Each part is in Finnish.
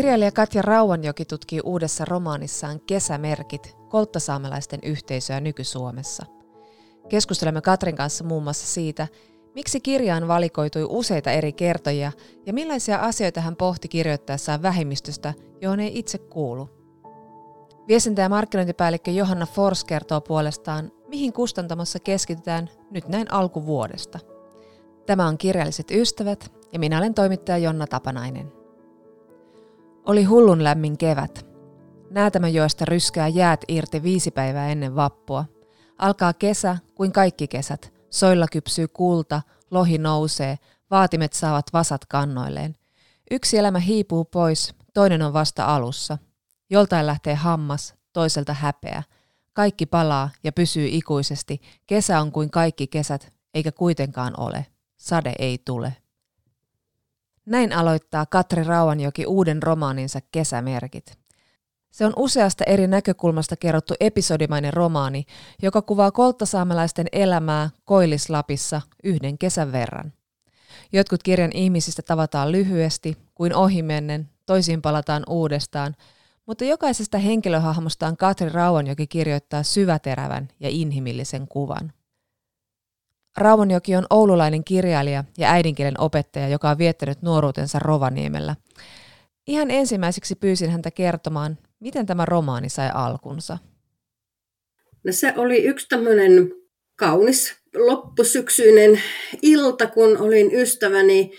Kirjailija Katja Rauanjoki tutkii uudessa romaanissaan Kesämerkit kolttasaamelaisten yhteisöä nyky-Suomessa. Keskustelemme Katrin kanssa muun muassa siitä, miksi kirjaan valikoitui useita eri kertojia ja millaisia asioita hän pohti kirjoittaessaan vähemmistöstä, johon ei itse kuulu. Viestintä- ja markkinointipäällikkö Johanna Fors kertoo puolestaan, mihin kustantamossa keskitytään nyt näin alkuvuodesta. Tämä on Kirjalliset ystävät ja minä olen toimittaja Jonna Tapanainen. Oli hullun lämmin kevät. Näätämöjoesta ryskää jäät irti 5 päivää ennen vappua. Alkaa kesä kuin kaikki kesät. Soilla kypsyy kulta, lohi nousee, vaatimet saavat vasat kannoilleen. Yksi elämä hiipuu pois, toinen on vasta alussa. Joltain lähtee hammas, toiselta häpeä. Kaikki palaa ja pysyy ikuisesti. Kesä on kuin kaikki kesät, eikä kuitenkaan ole. Sade ei tule. Näin aloittaa Katri Rauanjoki uuden romaaninsa Kesämerkit. Se on useasta eri näkökulmasta kerrottu episodimainen romaani, joka kuvaa kolttasaamelaisten elämää Koillis-Lapissa yhden kesän verran. Jotkut kirjan ihmisistä tavataan lyhyesti, kuin ohimennen, toisiin palataan uudestaan, mutta jokaisesta henkilöhahmostaan Katri Rauanjoki kirjoittaa syväterävän ja inhimillisen kuvan. Rauanjoki on oululainen kirjailija ja äidinkielen opettaja, joka on viettänyt nuoruutensa Rovaniemellä. Ihan ensimmäiseksi pyysin häntä kertomaan, miten tämä romaani sai alkunsa. No se oli yksi tämmöinen kaunis loppusyksyinen ilta, kun olin ystäväni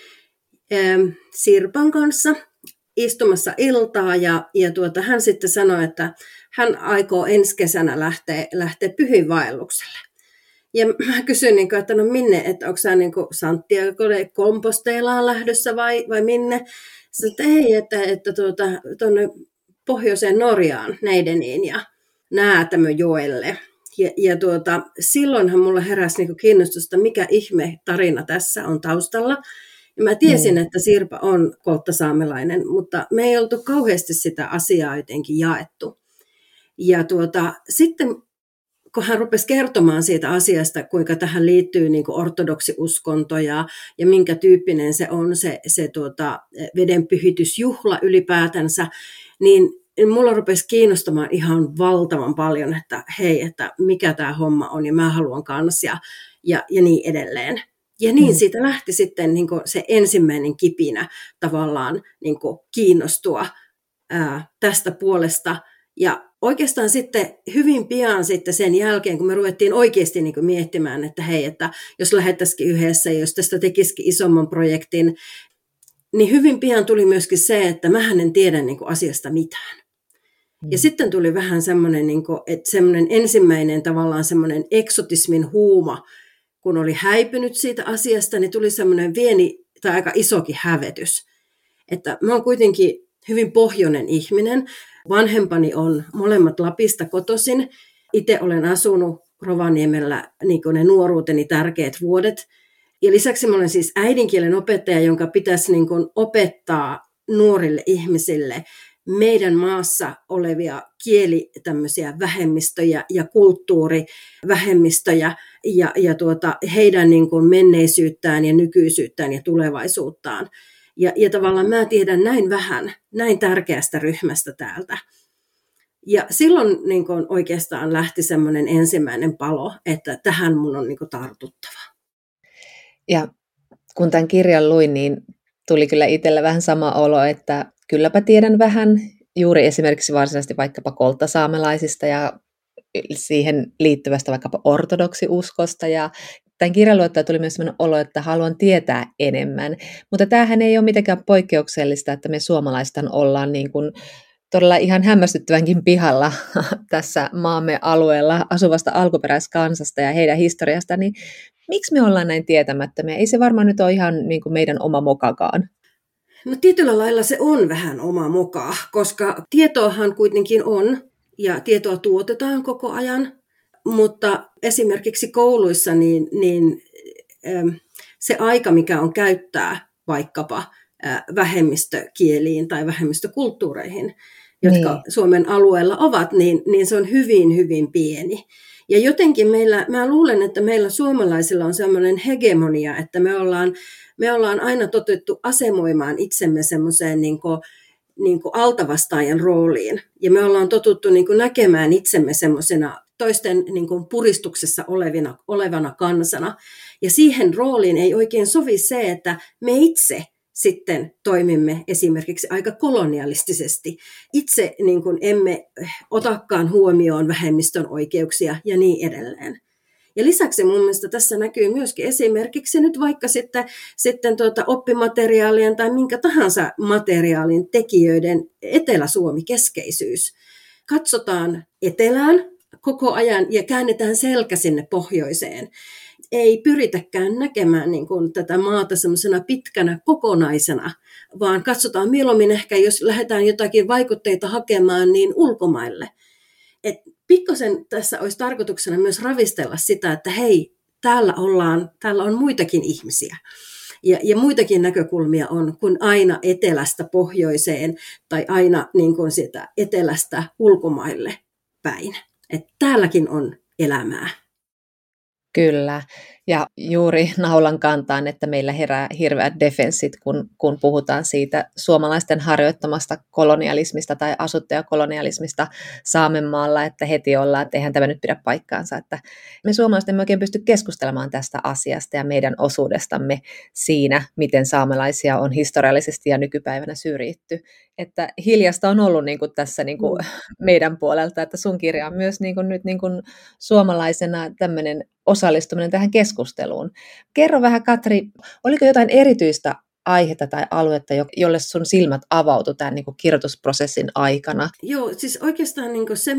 Sirpan kanssa istumassa iltaa ja hän sitten sanoi, että hän aikoo ensi kesänä lähteä pyhiinvaellukselle. Ja mä kysyin, että no minne, että onko sä Santiago de Compostelaan lähdössä vai minne? Sanoin, että ei, että tuonne pohjoiseen Norjaan, Neideniin ja Näätämöjoelle. Ja silloinhan mulla heräsi kiinnostusta, mikä ihme tarina tässä on taustalla. Ja mä tiesin, että Sirpa on kolttasaamelainen, mutta me ei oltu kauheasti sitä asiaa jotenkin jaettu. Ja sitten kun hän rupesi kertomaan siitä asiasta, kuinka tähän liittyy ortodoksiuskonto ja minkä tyyppinen se on se vedenpyhitysjuhla ylipäätänsä, niin mulla rupesi kiinnostamaan ihan valtavan paljon, että hei, että mikä tämä homma on ja mä haluan kanssa ja niin edelleen. Ja niin siitä lähti sitten se ensimmäinen kipinä tavallaan kiinnostua tästä puolesta. Ja oikeastaan sitten hyvin pian sitten sen jälkeen, kun me ruvettiin oikeasti miettimään, että hei, että jos lähettäisikin yhdessä ja jos tästä tekisikin isomman projektin, niin hyvin pian tuli myöskin se, että mähän en tiedä asiasta mitään. Ja sitten tuli vähän semmoinen, että semmoinen ensimmäinen tavallaan semmoinen eksotismin huuma, kun oli häipynyt siitä asiasta, niin tuli semmoinen pieni tai aika isokin hävetys. Että mä oon kuitenkin hyvin pohjoinen ihminen. Vanhempani on molemmat Lapista kotoisin. Itse olen asunut Rovaniemellä ne nuoruuteni tärkeät vuodet. Ja lisäksi mä olen siis äidinkielen opettaja, jonka pitäisi opettaa nuorille ihmisille meidän maassa olevia tämmöisiä vähemmistöjä ja kulttuurivähemmistöjä ja heidän menneisyyttään ja nykyisyyttään ja tulevaisuuttaan. Ja tavallaan mä tiedän näin vähän, näin tärkeästä ryhmästä täältä. Ja silloin oikeastaan lähti semmoinen ensimmäinen palo, että tähän mun on tartuttava. Ja kun tämän kirjan luin, niin tuli kyllä itsellä vähän sama olo, että kylläpä tiedän vähän juuri esimerkiksi varsinaisesti vaikkapa kolttasaamelaisista ja siihen liittyvästä vaikkapa ortodoksiuskosta ja tämän kirjan luettua tuli myös sellainen olo, että haluan tietää enemmän, mutta tämähän ei ole mitenkään poikkeuksellista, että me suomalaiset ollaan todella ihan hämmästyttävänkin pihalla tässä maamme alueella asuvasta alkuperäiskansasta ja heidän historiasta, niin miksi me ollaan näin tietämättömiä? Ei se varmaan nyt ole ihan meidän oma mokakaan. No tietyllä lailla se on vähän oma moka, koska tietoahan kuitenkin on ja tietoa tuotetaan koko ajan. Mutta esimerkiksi kouluissa niin se aika, mikä on käyttää vaikkapa vähemmistökieliin tai vähemmistökulttuureihin, jotka Suomen alueella ovat, niin se on hyvin, hyvin pieni. Ja jotenkin mä luulen, että meillä suomalaisilla on sellainen hegemonia, että me ollaan aina totuttu asemoimaan itsemme semmoiseen niin kuin altavastaajan rooliin. Ja me ollaan totuttu niin kuin näkemään itsemme semmoisena toisten niin kuin puristuksessa olevana kansana. Ja siihen rooliin ei oikein sovi se, että me itse sitten toimimme esimerkiksi aika kolonialistisesti. Itse niin kuin emme otakaan huomioon vähemmistön oikeuksia ja niin edelleen. Ja lisäksi mun mielestä tässä näkyy myöskin esimerkiksi nyt vaikka sitten oppimateriaalien tai minkä tahansa materiaalin tekijöiden Etelä-Suomi-keskeisyys. Katsotaan etelään koko ajan ja käännetään selkä sinne pohjoiseen. Ei pyritäkään näkemään niin kuin tätä maata semmoisena pitkänä kokonaisena, vaan katsotaan mieluummin ehkä, jos lähdetään jotakin vaikutteita hakemaan, niin ulkomaille. Pikkasen tässä olisi tarkoituksena myös ravistella sitä, että hei, täällä on muitakin ihmisiä. Ja muitakin näkökulmia on kuin aina etelästä pohjoiseen tai aina niin kuin sitä etelästä ulkomaille päin. Että täälläkin on elämää. Kyllä, ja juuri naulan kantaan, että meillä herää hirveät defenssit, kun puhutaan siitä suomalaisten harjoittamasta kolonialismista tai asuttajakolonialismista Saamenmaalla, että heti ollaan, että eihän tämä nyt pidä paikkaansa, että me suomalaiset emme oikein pysty keskustelemaan tästä asiasta ja meidän osuudestamme siinä, miten saamelaisia on historiallisesti ja nykypäivänä syrjitty. Että hiljasta on ollut niin kuin tässä niin kuin meidän puolelta, että sun kirja on myös niin kuin nyt niin kuin suomalaisena tämmöinen osallistuminen tähän keskusteluun. Kerro vähän, Katri, oliko jotain erityistä aihetta tai aluetta, jolle sun silmät avautui tämän niin kuin kirjoitusprosessin aikana? Joo, siis oikeastaan niin kuin se,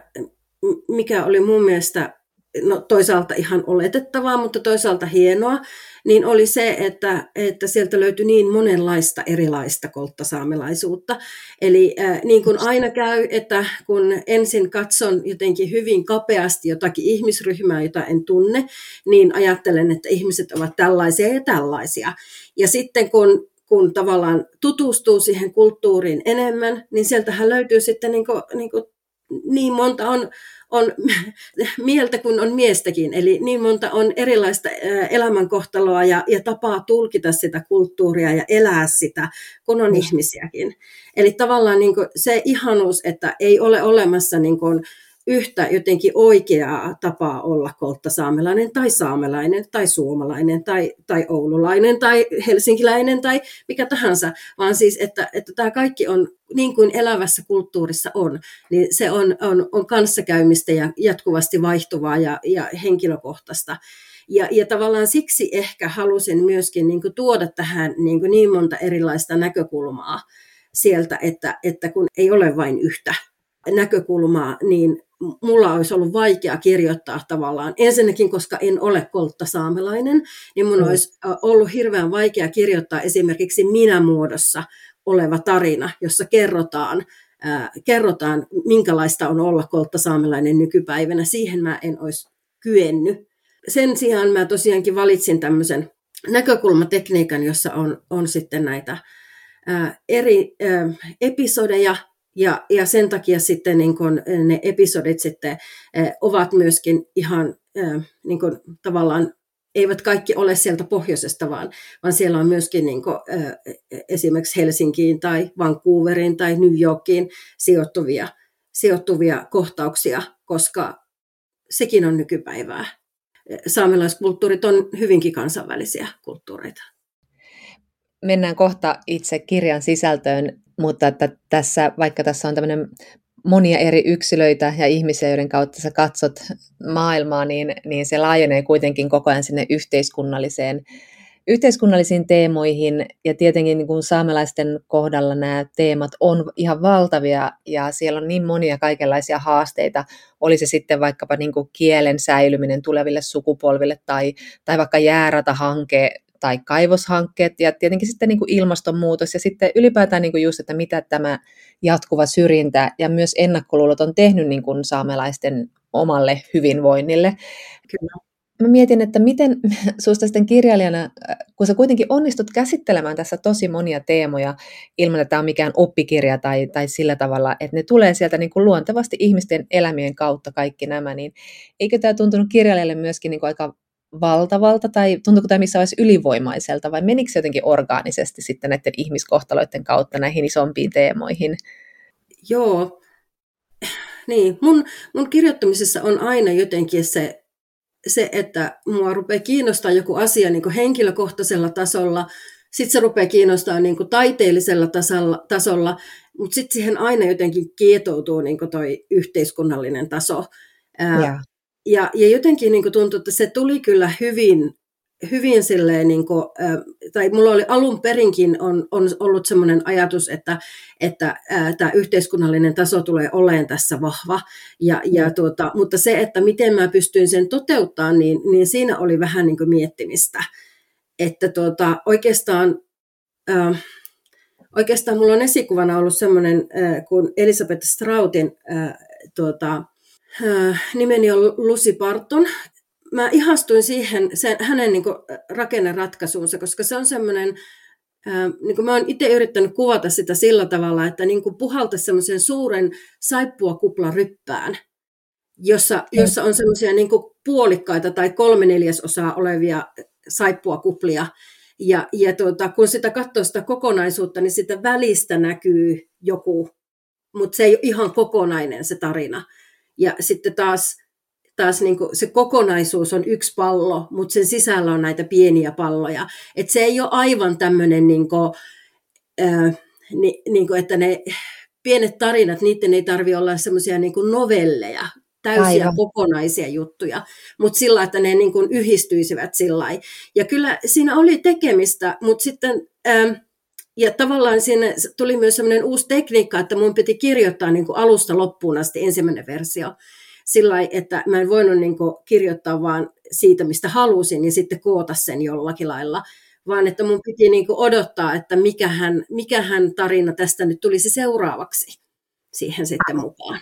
mikä oli mun mielestä toisaalta ihan oletettavaa, mutta toisaalta hienoa, niin oli se, että sieltä löytyi niin monenlaista erilaista kolttasaamelaisuutta. Eli niin kuin aina käy, että kun ensin katson jotenkin hyvin kapeasti jotakin ihmisryhmää, jota en tunne, niin ajattelen, että ihmiset ovat tällaisia ja tällaisia. Ja sitten kun tavallaan tutustuu siihen kulttuuriin enemmän, niin sieltähän löytyy sitten niin monta on mieltä kuin on miestäkin, eli niin monta on erilaista elämänkohtaloa ja tapaa tulkita sitä kulttuuria ja elää sitä, kun on ihmisiäkin. Eli tavallaan niin kuin se ihanuus, että ei ole olemassa niin kuin yhtä jotenkin oikeaa tapaa olla kolttasaamelainen tai saamelainen tai suomalainen tai oululainen tai helsinkiläinen tai mikä tahansa, vaan siis, että tämä kaikki on niin kuin elävässä kulttuurissa on, niin se on kanssakäymistä ja jatkuvasti vaihtuvaa ja henkilökohtaista. Ja tavallaan siksi ehkä halusin myöskin niin kuin tuoda tähän niin monta erilaista näkökulmaa sieltä, että kun ei ole vain yhtä näkökulmaa, niin mulla olisi ollut vaikea kirjoittaa tavallaan. Ensinnäkin, koska en ole kolttasaamelainen, niin mun olisi ollut hirveän vaikea kirjoittaa esimerkiksi minä-muodossa oleva tarina, jossa kerrotaan, minkälaista on olla kolttasaamelainen nykypäivänä. Siihen mä en olisi kyennyt. Sen sijaan mä tosiaankin valitsin tämmöisen näkökulmatekniikan, jossa on sitten näitä eri episodeja, ja sen takia sitten niin kun ne episodit sitten ovat myöskin ihan niin kun tavallaan, eivät kaikki ole sieltä pohjoisesta, vaan siellä on myöskin niin kun, esimerkiksi Helsinkiin tai Vancouveriin tai New Yorkiin sijoittuvia kohtauksia, koska sekin on nykypäivää. Saamelaiskulttuurit on hyvinkin kansainvälisiä kulttuureita. Mennään kohta itse kirjan sisältöön, mutta että vaikka tässä on tämmöinen monia eri yksilöitä ja ihmisiä, joiden kautta sä katsot maailmaa, niin se laajenee kuitenkin koko ajan sinne yhteiskunnallisiin teemoihin, ja tietenkin niin kuin saamelaisten kohdalla nämä teemat on ihan valtavia, ja siellä on niin monia kaikenlaisia haasteita, oli se sitten vaikkapa niin kuin kielen säilyminen tuleville sukupolville, tai vaikka jääratahanke, tai kaivoshankkeet, ja tietenkin sitten niin kuin ilmastonmuutos, ja sitten ylipäätään niin kuin just, että mitä tämä jatkuva syrjintä ja myös ennakkoluulot on tehnyt niin kuin saamelaisten omalle hyvinvoinnille. Kyllä. Mä mietin, että miten susta sitten kirjailijana, kun sä kuitenkin onnistut käsittelemään tässä tosi monia teemoja ilman, että tämä on mikään oppikirja tai sillä tavalla, että ne tulee sieltä niin kuin luontevasti ihmisten elämien kautta kaikki nämä, niin eikö tämä tuntunut kirjailijalle myöskin niin kuin aika valtavalta tai tuntuuko tämä missä vaiheessa ylivoimaiselta vai menikö se jotenkin orgaanisesti sitten näiden ihmiskohtaloiden kautta näihin isompiin teemoihin? Joo, niin. Mun kirjoittamisessa on aina jotenkin se, että mua rupeaa kiinnostaa joku asia niin kuin henkilökohtaisella tasolla, sitten se rupeaa kiinnostaa niin kuin taiteellisella tasolla, mutta sitten siihen aina jotenkin kietoutuu niin kuin toi yhteiskunnallinen taso. Ja jotenkin niin kuin tuntuu, että se tuli kyllä hyvin silleen, niin kuin, tai mulla oli alun perinkin on ollut semmoinen ajatus, että tämä yhteiskunnallinen taso tulee olemaan tässä vahva, mutta se, että miten mä pystyin sen toteuttamaan, niin siinä oli vähän niin kuin miettimistä, että oikeastaan mulla on esikuvana ollut semmoinen kuin Elisabeth Strautin, nimeni on Lucy Barton. Mä ihastuin hänen niin kuin rakenneratkaisuunsa, koska se on semmoinen, niin kuin mä oon itse yrittänyt kuvata sitä sillä tavalla, että niin kuin puhaltaisi semmoisen suuren saippuakuplaryppään, jossa on semmoisia niin kuin puolikkaita tai 3/4 olevia saippuakuplia. Ja kun sitä katsoo sitä kokonaisuutta, niin sitä välistä näkyy joku, mutta se ei ole ihan kokonainen se tarina. Ja sitten taas niin kuin se kokonaisuus on yksi pallo, mutta sen sisällä on näitä pieniä palloja. Et se ei ole aivan tämmöinen, että ne pienet tarinat, niiden ei tarvitse olla semmoisia niin kuin novelleja, täysiä aivan kokonaisia juttuja, mutta sillä, että ne niin kuin yhdistyisivät sillä lailla. Ja kyllä siinä oli tekemistä, mutta sitten ja tavallaan siinä tuli myös semmoinen uusi tekniikka, että mun piti kirjoittaa niin kuin alusta loppuun asti ensimmäinen versio. Sillä lailla, että mä en voinut niin kuin kirjoittaa vaan siitä, mistä halusin, ja sitten koota sen jollakin lailla, vaan että mun piti niin kuin odottaa, että mikähän tarina tästä nyt tulisi seuraavaksi siihen sitten mukaan.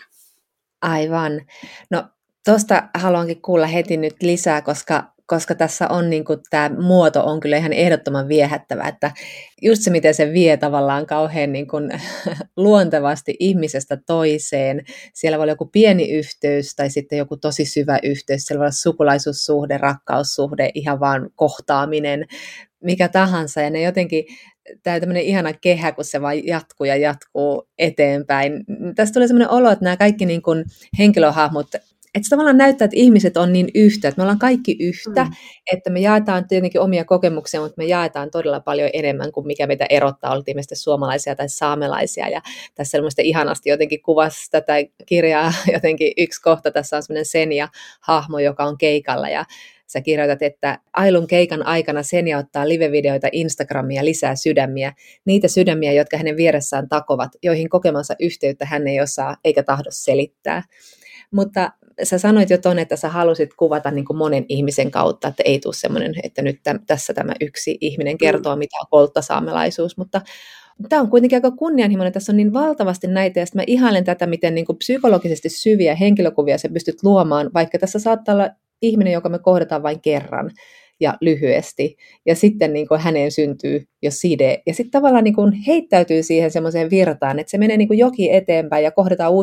Aivan. No tuosta haluankin kuulla heti nyt lisää, koska tässä on niin kuin, tämä muoto on kyllä ihan ehdottoman viehättävä, että just se, miten se vie tavallaan kauhean niin kuin, luontevasti ihmisestä toiseen. Siellä voi olla joku pieni yhteys tai sitten joku tosi syvä yhteys, siellä voi olla sukulaisuussuhde, rakkaussuhde, ihan vaan kohtaaminen, mikä tahansa. Ja ne jotenkin, tämä on tämmöinen ihana kehä, kun se vaan jatkuu ja jatkuu eteenpäin. Tässä tulee semmoinen olo, että nämä kaikki niin kuin henkilöhahmot, että se tavallaan näyttää, että ihmiset on niin yhtä, että me ollaan kaikki yhtä, että me jaetaan tietenkin omia kokemuksia, mutta me jaetaan todella paljon enemmän kuin mikä meitä erottaa, oltiin me sitten suomalaisia tai saamelaisia, ja tässä ilmeisesti ihanasti jotenkin kuvasi tätä kirjaa jotenkin yksi kohta, tässä on semmoinen Senja-hahmo, joka on keikalla, ja sä kirjoitat, että Ailun keikan aikana Senja ottaa live-videoita Instagramia lisää sydämiä, niitä sydämiä, jotka hänen vieressään takovat, joihin kokemansa yhteyttä hän ei osaa eikä tahdo selittää. Mutta sä sanoit jo ton, että sä halusit kuvata niin kuin monen ihmisen kautta, että ei tule semmoinen, että nyt tässä tämä yksi ihminen kertoo, mitä on kolttasaamelaisuus, mutta tämä on kuitenkin aika kunnianhimoinen, tässä on niin valtavasti näitä, ja mä ihailen tätä, miten niin kuin psykologisesti syviä henkilökuvia sä pystyt luomaan, vaikka tässä saattaa olla ihminen, joka me kohdataan vain kerran ja lyhyesti, ja sitten niin kuin häneen syntyy jo side, ja sitten tavallaan niin kuin heittäytyy siihen semmoiseen virtaan, että se menee niin kuin joki eteenpäin, ja kohdataan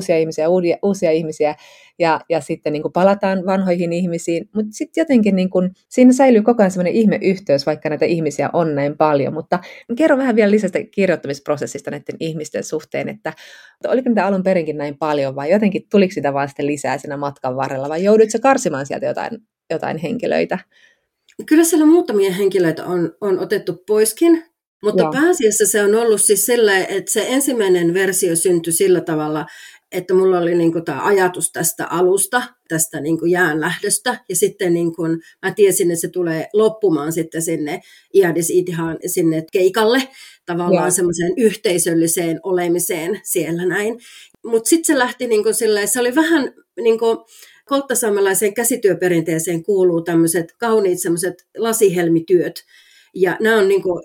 uusia ihmisiä, ja sitten niin kuin palataan vanhoihin ihmisiin, mutta sitten jotenkin niin kuin, siinä säilyy koko ajan semmoinen ihmeyhteys, vaikka näitä ihmisiä on näin paljon, mutta kerro vähän vielä lisästä kirjoittamisprosessista näiden ihmisten suhteen, että oliko niitä alun perinkin näin paljon, vai jotenkin tuliko sitä vaan sitten lisää siinä matkan varrella, vai joudutko karsimaan sieltä jotain henkilöitä? Kyllä siellä muutamia henkilöitä on otettu poiskin, mutta pääasiassa se on ollut siis sillä, että se ensimmäinen versio syntyi sillä tavalla, että mulla oli niin kuin tämä ajatus tästä alusta, tästä niin kuin jäänlähdöstä, ja sitten niin kuin mä tiesin, että se tulee loppumaan sitten sinne Iadis Itihan sinne keikalle, tavallaan semmoiseen yhteisölliseen olemiseen siellä näin. Mutta sitten se lähti niin kuin silleen, se oli vähän niin kuin kolttasaamelaiseen käsityöperinteeseen kuuluu tämmöiset kauniit semmoiset lasihelmityöt. Ja nämä on niin kuin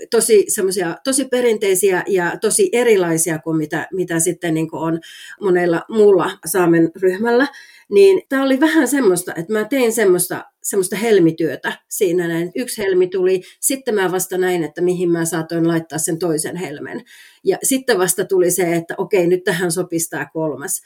tosi perinteisiä ja tosi erilaisia kuin mitä sitten niin kuin on monella muulla saamen ryhmällä. Niin tämä oli vähän semmoista, että mä tein semmoista helmityötä siinä näin. Yksi helmi tuli, sitten mä vasta näin, että mihin mä saatoin laittaa sen toisen helmen. Ja sitten vasta tuli se, että okei, nyt tähän sopisi tämä kolmas.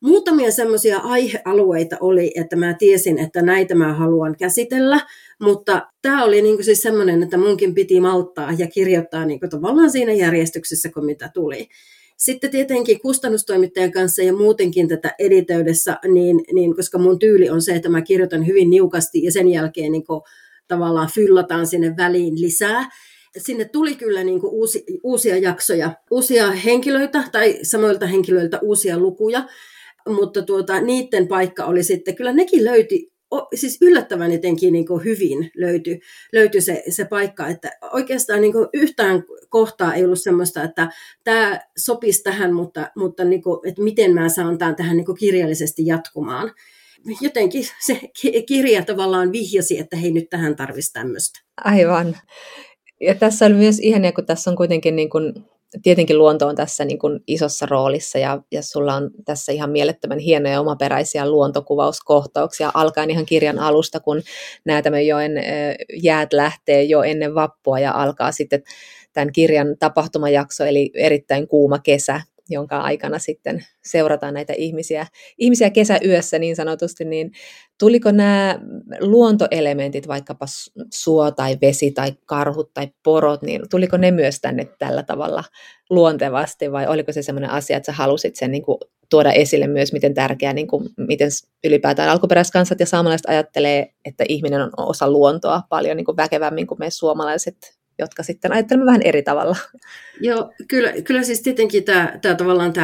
Muutamia semmoisia aihealueita oli, että mä tiesin, että näitä mä haluan käsitellä, mutta tämä oli niin kuin siis semmoinen, että munkin piti malttaa ja kirjoittaa niin kuin tavallaan siinä järjestyksessä, kun mitä tuli. Sitten tietenkin kustannustoimittajan kanssa ja muutenkin tätä editoidessa, niin koska mun tyyli on se, että mä kirjoitan hyvin niukasti ja sen jälkeen niin kuin tavallaan fyllataan sinne väliin lisää. Sinne tuli kyllä niin kuin uusia jaksoja, uusia henkilöitä tai samoilta henkilöiltä uusia lukuja, mutta niiden paikka oli sitten, kyllä nekin löyti, siis yllättävän jotenkin niin kuin hyvin löytyi se paikka, että oikeastaan niin kuin yhtään kohtaa ei ollut semmoista, että tämä sopisi tähän, mutta niin kuin, että miten mä saan tämän tähän niin kuin kirjallisesti jatkumaan. Jotenkin se kirja tavallaan vihjasi, että hei, nyt tähän tarvitsisi tämmöistä. Aivan. Ja tässä on myös ihania, kun tässä on kuitenkin niin kuin, tietenkin luonto on tässä niin kuin isossa roolissa ja sulla on tässä ihan mielettömän hienoja omaperäisiä luontokuvauskohtauksia alkaen ihan kirjan alusta, kun Näätämönjoen jäät lähtee jo ennen vappua ja alkaa sitten tämän kirjan tapahtumajakso, eli erittäin kuuma kesä, jonka aikana sitten seurataan näitä ihmisiä kesäyössä niin sanotusti, niin tuliko nämä luontoelementit, vaikkapa suo tai vesi tai karhut tai porot, niin tuliko ne myös tänne tällä tavalla luontevasti vai oliko se sellainen asia, että sä halusit sen niin kuin tuoda esille myös, miten tärkeää, niin kuin, miten ylipäätään alkuperäiskansat ja saamelaiset ajattelee, että ihminen on osa luontoa paljon niin kuin väkevämmin kuin me suomalaiset, jotka sitten ajattelemme vähän eri tavalla. Joo, kyllä siis tietenkin tämä tavallaan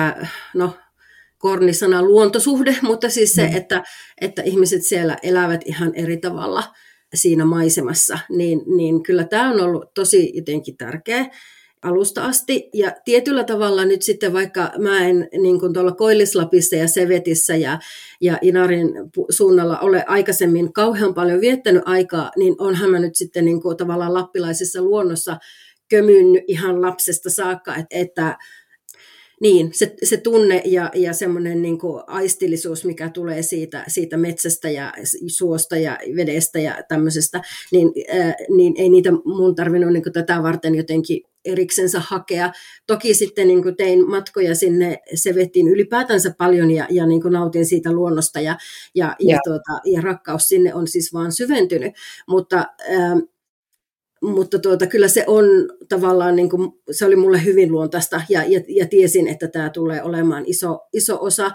kornisana luontosuhde, mutta siis se, että ihmiset siellä elävät ihan eri tavalla siinä maisemassa, niin kyllä tämä on ollut tosi jotenkin tärkeä alusta asti. Ja tietyllä tavalla nyt sitten, vaikka mä en niin kuin tuolla Koillis-Lapissa ja Sevetissä ja Inarin suunnalla ole aikaisemmin kauhean paljon viettänyt aikaa, niin onhan mä nyt sitten niin kuin tavallaan lappilaisessa luonnossa kömynnyt ihan lapsesta saakka, että niin, se tunne ja semmoinen niin kuin aistillisuus, mikä tulee siitä metsästä ja suosta ja vedestä ja tämmöisestä, niin ei niitä mun tarvinnut niin kuin tätä varten jotenkin eriksensä hakea. Toki sitten niin kuin tein matkoja sinne Sevettiin ylipäätänsä paljon ja niin kuin nautin siitä luonnosta ja rakkaus sinne on siis vaan syventynyt, mutta kyllä se on tavallaan, niin kuin, se oli mulle hyvin luontaista ja tiesin, että tämä tulee olemaan iso osa.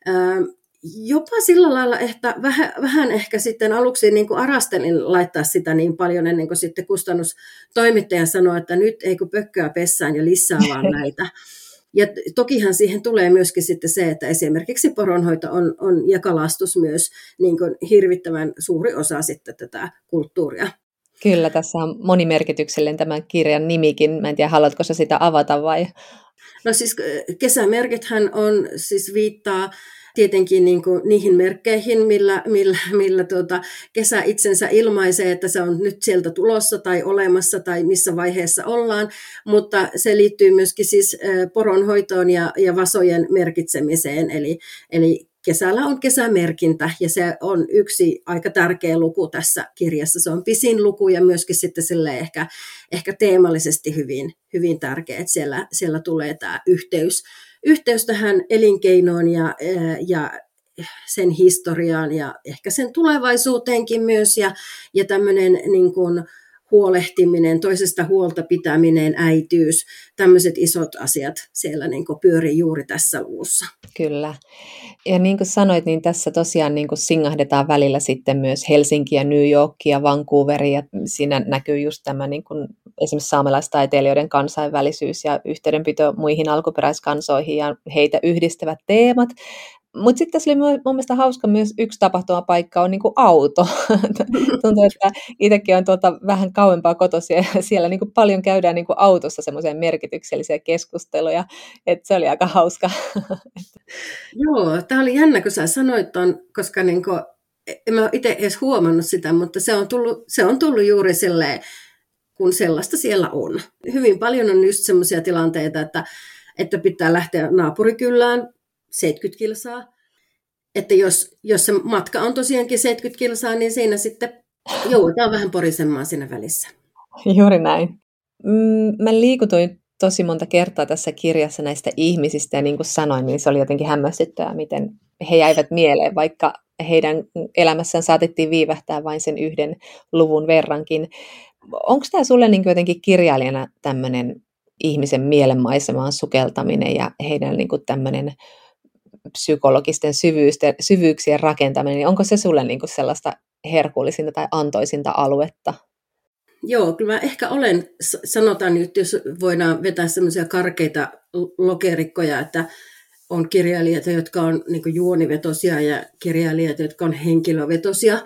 Jopa sillä lailla, että vähän ehkä sitten aluksi niin kuin arastelin laittaa sitä niin paljon ennen kuin sitten kustannustoimittaja sanoi, että nyt ei kun pökköä pessään ja lisää vaan näitä. Ja tokihan siihen tulee myöskin sitten se, että esimerkiksi poronhoito on ja kalastus myös niin kuin hirvittävän suuri osa sitten tätä kulttuuria. Kyllä, tässä on monimerkityksellinen tämän kirjan nimikin. Mä en tiedä, haluatko sä sitä avata vai? No siis kesämerkithän on, siis viittaa tietenkin niin kuin niihin merkkeihin, millä kesä itsensä ilmaisee, että se on nyt sieltä tulossa tai olemassa tai missä vaiheessa ollaan, mutta se liittyy myöskin siis poronhoitoon ja vasojen merkitsemiseen, eli kesällä on kesämerkintä ja se on yksi aika tärkeä luku tässä kirjassa. Se on pisin luku ja myöskin sitten ehkä teemallisesti hyvin tärkeä, että siellä tulee tämä yhteys tähän elinkeinoon ja sen historiaan ja ehkä sen tulevaisuuteenkin myös ja tämmöinen niin kuin huolehtiminen, toisesta huolta pitäminen, äitiys, tämmöiset isot asiat siellä niin kuin pyörii juuri tässä luvussa. Kyllä. Ja niin kuin sanoit, niin tässä tosiaan niin kuin singahdetaan välillä sitten myös Helsinkiä, New Yorkia, Vancouveria. Ja siinä näkyy just tämä niin kuin esimerkiksi saamelaistaiteilijoiden kansainvälisyys ja yhteydenpito muihin alkuperäiskansoihin ja heitä yhdistävät teemat. Mutta sitten tässä oli mun mielestä hauska myös yksi tapahtumapaikka on niinku auto. Tuntuu, että itsekin on vähän kauempaa kotoisin ja siellä niinku paljon käydään niinku autossa semmoisia merkityksellisiä keskusteluja. Että se oli aika hauska. Joo, tämä oli jännä, kun sä sanoit ton, koska niinku, en mä itse edes huomannut sitä, mutta se on tullut juuri silleen, kun sellaista siellä on. Hyvin paljon on just semmoisia tilanteita, että pitää lähteä naapurikylään 70 kilsaa. Että jos se matka on tosiaankin 70 kilsaa, niin siinä sitten joudutaan vähän porisemaan siinä välissä. Juuri näin. Mä liikutuin tosi monta kertaa tässä kirjassa näistä ihmisistä, ja niin kuin sanoin, niin se oli jotenkin hämmästyttävää, miten he jäivät mieleen, vaikka heidän elämässään saatettiin viivähtää vain sen yhden luvun verrankin. Onko tämä sulle niin jotenkin kirjailijana tämmöinen ihmisen mielenmaisemaan sukeltaminen ja heidän niin tämmöinen psykologisten syvyyksien rakentaminen, niin onko se sulle niin sellaista herkullisinta tai antoisinta aluetta? Joo, kyllä mä ehkä olen, sanotaan nyt, jos voidaan vetää semmoisia karkeita lokerikkoja, että on kirjailijoita, jotka on niin juonivetosia ja kirjailijoita, jotka on henkilövetosia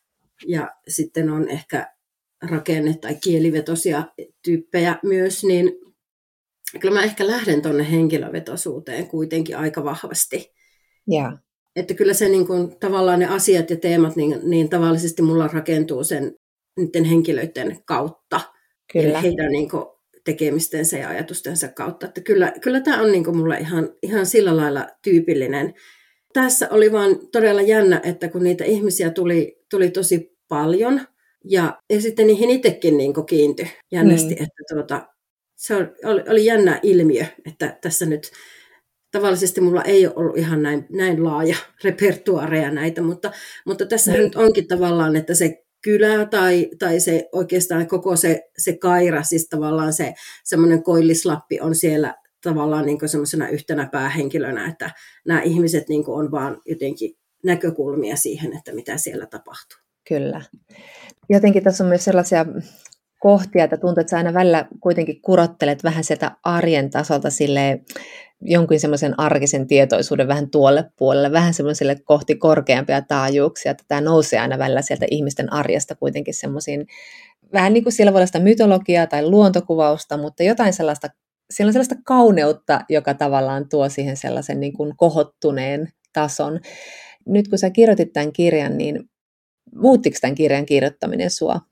ja sitten on ehkä rakenne- tai kielivetosia tyyppejä myös, niin kyllä mä ehkä lähden tuonne henkilövetosuuteen kuitenkin aika vahvasti. Yeah. Että kyllä se niin kuin, tavallaan ne asiat ja teemat niin tavallisesti mulla rakentuu sen niiden henkilöiden kautta. Kyllä. Ja heidän niin kuin, tekemistensä ja ajatustensa kautta. Että kyllä tämä on niin kuin, mulle ihan sillä lailla tyypillinen. Tässä oli vaan todella jännä, että kun niitä ihmisiä tuli tosi paljon ja sitten niihin itsekin niin kuin, kiintyi jännästi, että se oli jännä ilmiö, että tässä nyt tavallisesti mulla ei ole ollut ihan näin laaja repertuaareja näitä, mutta tässä nyt onkin tavallaan, että se kylä tai se oikeastaan koko se kaira, siis tavallaan se semmoinen koillislappi on siellä tavallaan niin kuin semmoisena yhtenä päähenkilönä, että nämä ihmiset niin kuin on vaan jotenkin näkökulmia siihen, että mitä siellä tapahtuu. Kyllä. Jotenkin tässä on myös sellaisia kohtia, että tuntuu, että sä aina välillä kuitenkin kurottelet vähän sieltä arjen tasolta silleen, jonkin semmoisen arkisen tietoisuuden vähän tuolle puolelle, vähän semmoiselle kohti korkeampia taajuuksia, että tämä nousee aina välillä sieltä ihmisten arjesta kuitenkin semmoisiin, vähän niin kuin siellä voi olla sitä mytologiaa tai luontokuvausta, mutta jotain sellaista, siellä on sellaista kauneutta, joka tavallaan tuo siihen sellaisen niin kuin kohottuneen tason. Nyt kun sä kirjoitit tämän kirjan, niin muuttiko tämän kirjan kirjoittaminen sua?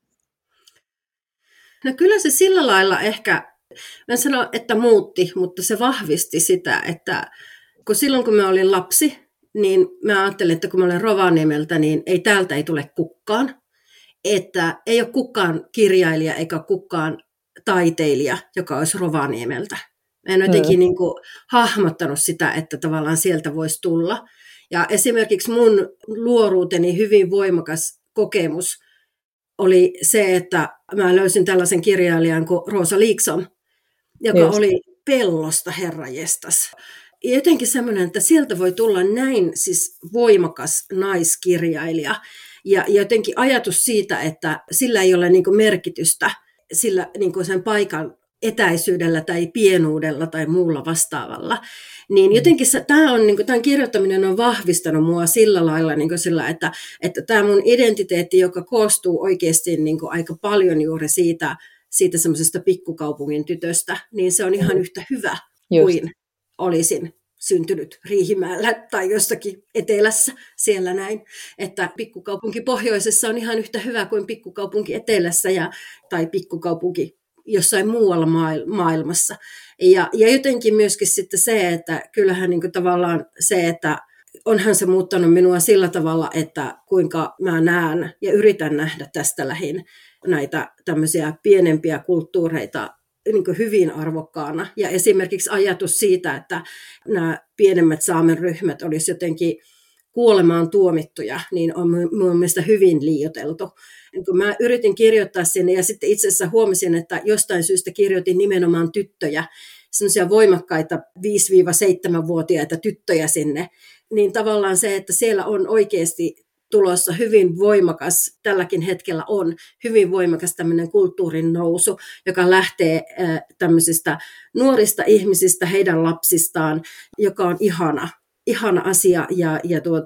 No kyllä se sillä lailla ehkä, mä en sano, että muutti, mutta se vahvisti sitä, että silloin kun mä olin lapsi, niin mä ajattelin, että kun mä olen Rovaniemeltä, niin täältä ei tule kukaan. Että ei ole kukaan kirjailija eikä kukaan taiteilija, joka olisi Rovaniemeltä. Mä en jotenkin niin kuin hahmottanut sitä, että tavallaan sieltä voisi tulla. Ja esimerkiksi mun luoruuteni hyvin voimakas kokemus oli se, että mä löysin tällaisen kirjailijan kuin Rosa Liksom, joka oli pellosta herranjestas. Ja jotenkin semmoinen, että sieltä voi tulla näin siis voimakas naiskirjailija. Ja jotenkin ajatus siitä, että sillä ei ole niin kuin merkitystä sillä niin kuin sen paikan etäisyydellä tai pienuudella tai muulla vastaavalla. Niin jotenkin tämän kirjoittaminen on vahvistanut mua sillä lailla, niin kuin sillä, että tämä mun identiteetti, joka koostuu oikeasti niin kuin aika paljon juuri siitä semmoisesta pikkukaupungin tytöstä, niin se on ihan yhtä hyvä kuin olisin syntynyt Riihimäellä tai jossakin etelässä siellä näin. Että pikkukaupunki pohjoisessa on ihan yhtä hyvä kuin pikkukaupunki etelässä tai pikkukaupunki jossain muualla maailmassa. Ja jotenkin myöskin sitten se, että kyllähän niin kuin tavallaan se, että onhan se muuttanut minua sillä tavalla, että kuinka mä näen ja yritän nähdä tästä lähin näitä tämmöisiä pienempiä kulttuureita niin kuin hyvin arvokkaana. Ja esimerkiksi ajatus siitä, että nämä pienemmät saamen ryhmät olisi jotenkin kuolemaan tuomittuja, niin on mun mielestä hyvin liioiteltu. Kun mä yritin kirjoittaa sinne ja sitten itse asiassa huomasin, että jostain syystä kirjoitin nimenomaan tyttöjä, sellaisia voimakkaita 5-7-vuotiaita tyttöjä sinne, niin tavallaan se, että siellä on oikeasti tulossa hyvin voimakas, tälläkin hetkellä on hyvin voimakas tämmöinen kulttuurin nousu, joka lähtee tämmöisistä nuorista ihmisistä, heidän lapsistaan, joka on ihana asia ja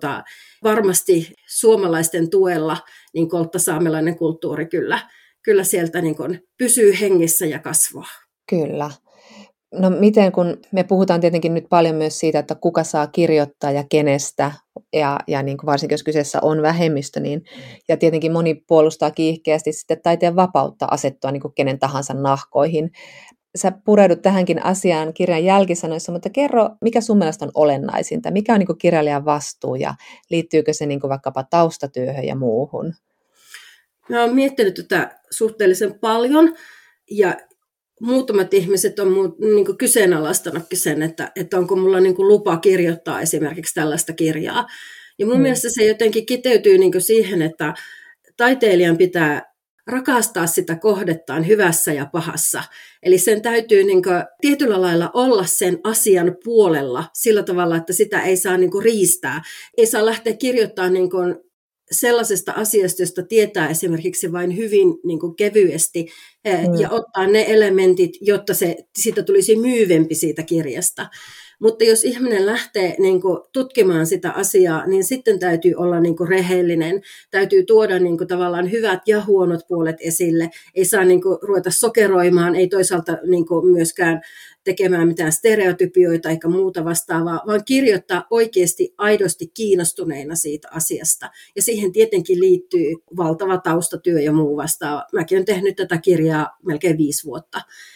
varmasti suomalaisten tuella niin kolttasaamelainen kulttuuri kyllä sieltä niin kuin pysyy hengissä ja kasvaa. Kyllä. No miten, kun me puhutaan tietenkin nyt paljon myös siitä, että kuka saa kirjoittaa ja kenestä, ja niin kuin varsinkin jos kyseessä on vähemmistö, niin, ja tietenkin moni puolustaa kiihkeästi sitten taiteen vapautta asettua niin kuin kenen tahansa nahkoihin. Sä pureudut tähänkin asiaan kirjan jälkisanoissa, mutta kerro, mikä sun mielestä on olennaisinta? Mikä on niin kuin kirjailijan vastuu ja liittyykö se niin kuin vaikkapa taustatyöhön ja muuhun? Mä oon miettinyt tätä suhteellisen paljon ja muutamat ihmiset on niin kuin kyseenalaistanutkin sen, että onko mulla niin kuin lupa kirjoittaa esimerkiksi tällaista kirjaa. Ja mun mielestä se jotenkin kiteytyy niin kuin siihen, että taiteilijan pitää rakastaa sitä kohdettaan hyvässä ja pahassa. Eli sen täytyy niin kuin tietyllä lailla olla sen asian puolella sillä tavalla, että sitä ei saa niin kuin riistää. Ei saa lähteä kirjoittamaan niin kuin sellaisesta asiasta, josta tietää esimerkiksi vain hyvin niin kuin kevyesti ja ottaa ne elementit, jotta siitä tulisi myyvempi siitä kirjasta. Mutta jos ihminen lähtee niin kuin tutkimaan sitä asiaa, niin sitten täytyy olla niin kuin rehellinen, täytyy tuoda niin kuin tavallaan hyvät ja huonot puolet esille. Ei saa niin kuin ruveta sokeroimaan, ei toisaalta niin kuin myöskään tekemään mitään stereotypioita eikä muuta vastaavaa, vaan kirjoittaa oikeasti aidosti kiinnostuneena siitä asiasta. Ja siihen tietenkin liittyy valtava taustatyö ja muu vastaava. Mäkin olen tehnyt tätä kirjaa melkein 5 vuotta.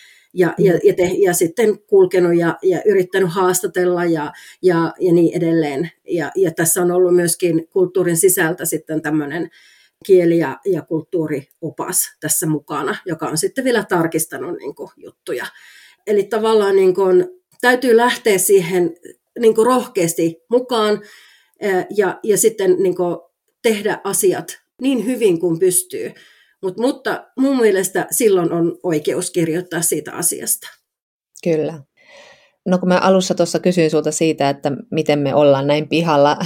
Ja sitten kulkenut ja yrittänyt haastatella ja niin edelleen. Ja tässä on ollut myöskin kulttuurin sisältä sitten tämmöinen kieli- ja kulttuuriopas tässä mukana, joka on sitten vielä tarkistanut niin kuin juttuja. Eli tavallaan niin kuin, täytyy lähteä siihen niin kuin rohkeasti mukaan ja sitten niin kuin, tehdä asiat niin hyvin kuin pystyy. Mutta mun mielestä silloin on oikeus kirjoittaa siitä asiasta. Kyllä. No kun mä alussa tuossa kysyin sulta siitä, että miten me ollaan näin pihalla,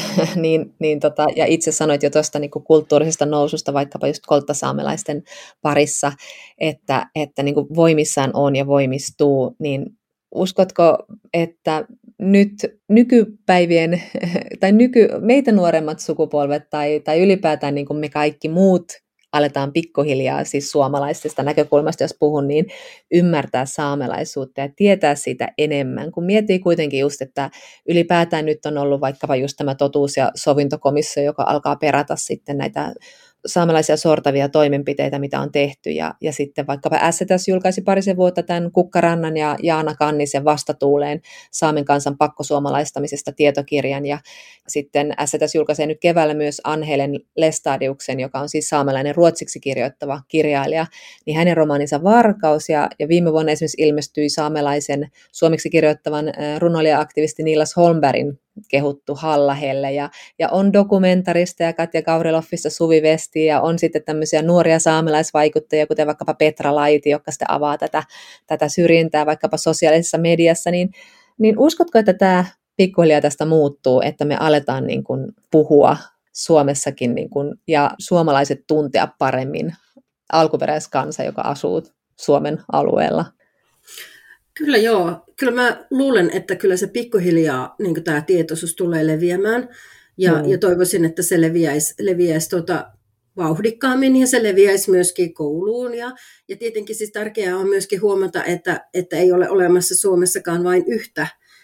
ja itse sanoit jo tuosta niin kuin kulttuurisesta noususta vaikkapa just kolttasaamelaisten parissa, että niin kuin voimissaan on ja voimistuu, niin uskotko, että nyt nykypäivien tai meitä nuoremmat sukupolvet tai ylipäätään niin kuin me kaikki muut aletaan pikkuhiljaa siis suomalaisesta näkökulmasta, jos puhun, niin ymmärtää saamelaisuutta ja tietää siitä enemmän, kun miettii kuitenkin just, että ylipäätään nyt on ollut vaikkapa just tämä totuus- ja sovintokomissio, joka alkaa perata sitten näitä saamelaisia sortavia toimenpiteitä, mitä on tehty, ja sitten vaikkapa STS julkaisi parisen vuotta tämän Kukkarannan ja Jaana Kannisen Vastatuuleen Saamen kansan pakkosuomalaistamisesta tietokirjan, ja sitten STS julkaisee nyt keväällä myös Anhelen Lestadiuksen, joka on siis saamelainen ruotsiksi kirjoittava kirjailija, niin hänen romaaninsa Varkaus, ja viime vuonna esimerkiksi ilmestyi saamelaisen suomeksi kirjoittavan runoilija-aktivisti Niilas Holmbergin kehuttu Halla-Helle, ja on dokumentarista ja Katja Gavriloffista Suvi Vesti, ja on sitten tämmöisiä nuoria saamelaisvaikuttajia, kuten vaikkapa Petra Laiti, joka sitten avaa tätä syrjintää vaikkapa sosiaalisessa mediassa, niin uskotko, että tämä pikkuhiljaa tästä muuttuu, että me aletaan niin kuin puhua Suomessakin niin kuin, ja suomalaiset tuntea paremmin alkuperäiskansa, joka asuu Suomen alueella? Kyllä joo. Kyllä mä luulen, että kyllä se pikkuhiljaa niin tämä tietoisuus tulee leviämään. Ja toivoisin, että se leviäisi vauhdikkaammin ja se leviäisi myöskin kouluun. Ja tietenkin siis tärkeää on myöskin huomata, että ei ole olemassa Suomessakaan vain yhtä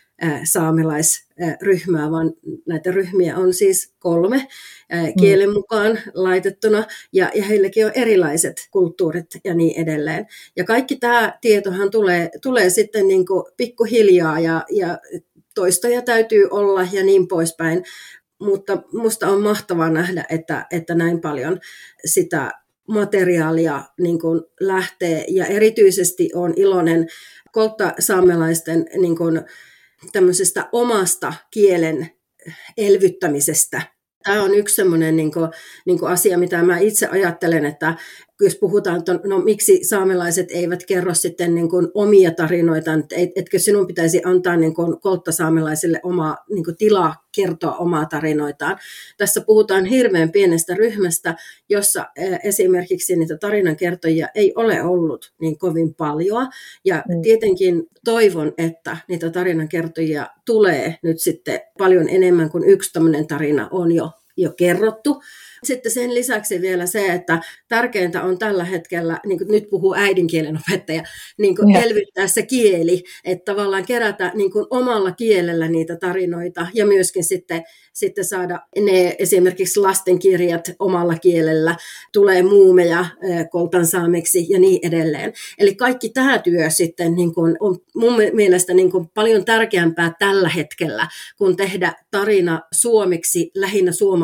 saamelaisryhmää, vaan näitä ryhmiä on siis 3 kielen mukaan laitettuna, ja heilläkin on erilaiset kulttuurit ja niin edelleen. Ja kaikki tämä tietohan tulee sitten niin kuin pikkuhiljaa, ja toistoja täytyy olla ja niin poispäin, mutta musta on mahtavaa nähdä, että näin paljon sitä materiaalia niin kuin lähtee, ja erityisesti olen iloinen kolttasaamelaisten niin kuin tämmöisestä omasta kielen elvyttämisestä. Tämä on yksi semmoinen niin kuin asia, mitä mä itse ajattelen, että jos puhutaan, että no, miksi saamelaiset eivät kerro sitten niin kuin omia tarinoitaan, etkö sinun pitäisi antaa niin kuin kolttasaamelaisille omaa niin kuin tilaa kertoa omaa tarinoitaan. Tässä puhutaan hirveän pienestä ryhmästä, jossa esimerkiksi niitä tarinankertojia ei ole ollut niin kovin paljon. Ja tietenkin toivon, että niitä tarinankertojia tulee nyt sitten paljon enemmän kuin yksi tämmöinen tarina on jo kerrottu. Sitten sen lisäksi vielä se, että tärkeintä on tällä hetkellä, niin kuin nyt puhuu äidinkielen opettaja, niin kuin elvyttää se kieli, että tavallaan kerätä niin kuin omalla kielellä niitä tarinoita ja myöskin sitten saada ne esimerkiksi lastenkirjat omalla kielellä, tulee muumeja koltansaameksi ja niin edelleen. Eli kaikki tämä työ sitten niin kuin on mun mielestä niin kuin paljon tärkeämpää tällä hetkellä, kun tehdä tarina suomeksi lähinnä suomalaisille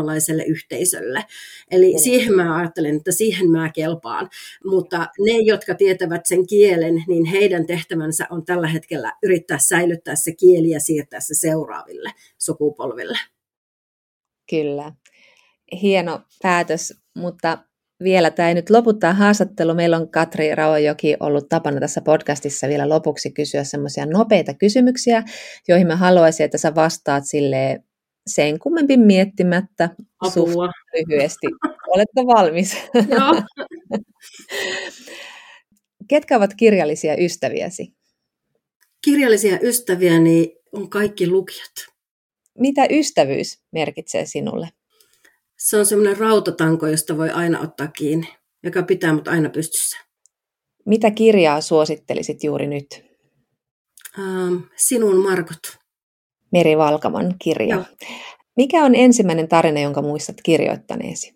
suomalaiselle yhteisölle. Eli siihen mä ajattelen, että siihen mä kelpaan. Mutta ne, jotka tietävät sen kielen, niin heidän tehtävänsä on tällä hetkellä yrittää säilyttää se kieli ja siirtää se seuraaville sukupolville. Kyllä. Hieno päätös, mutta vielä tämä ei nyt lopu tämä haastattelu. Meillä on Katri Rauhanjoki ollut tapana tässä podcastissa vielä lopuksi kysyä semmoisia nopeita kysymyksiä, joihin mä haluaisin, että sä vastaat silleen sen kummempi miettimättä suht lyhyesti. Oletko valmis? Joo. Ketkä ovat kirjallisia ystäviäsi? Kirjallisia ystäviäni on kaikki lukijat. Mitä ystävyys merkitsee sinulle? Se on semmoinen rautatanko, josta voi aina ottaa kiinni, joka pitää mut aina pystyssä. Mitä kirjaa suosittelisit juuri nyt? Sinun Margot. Meri Valkaman kirja. Joo. Mikä on ensimmäinen tarina, jonka muistat kirjoittaneesi?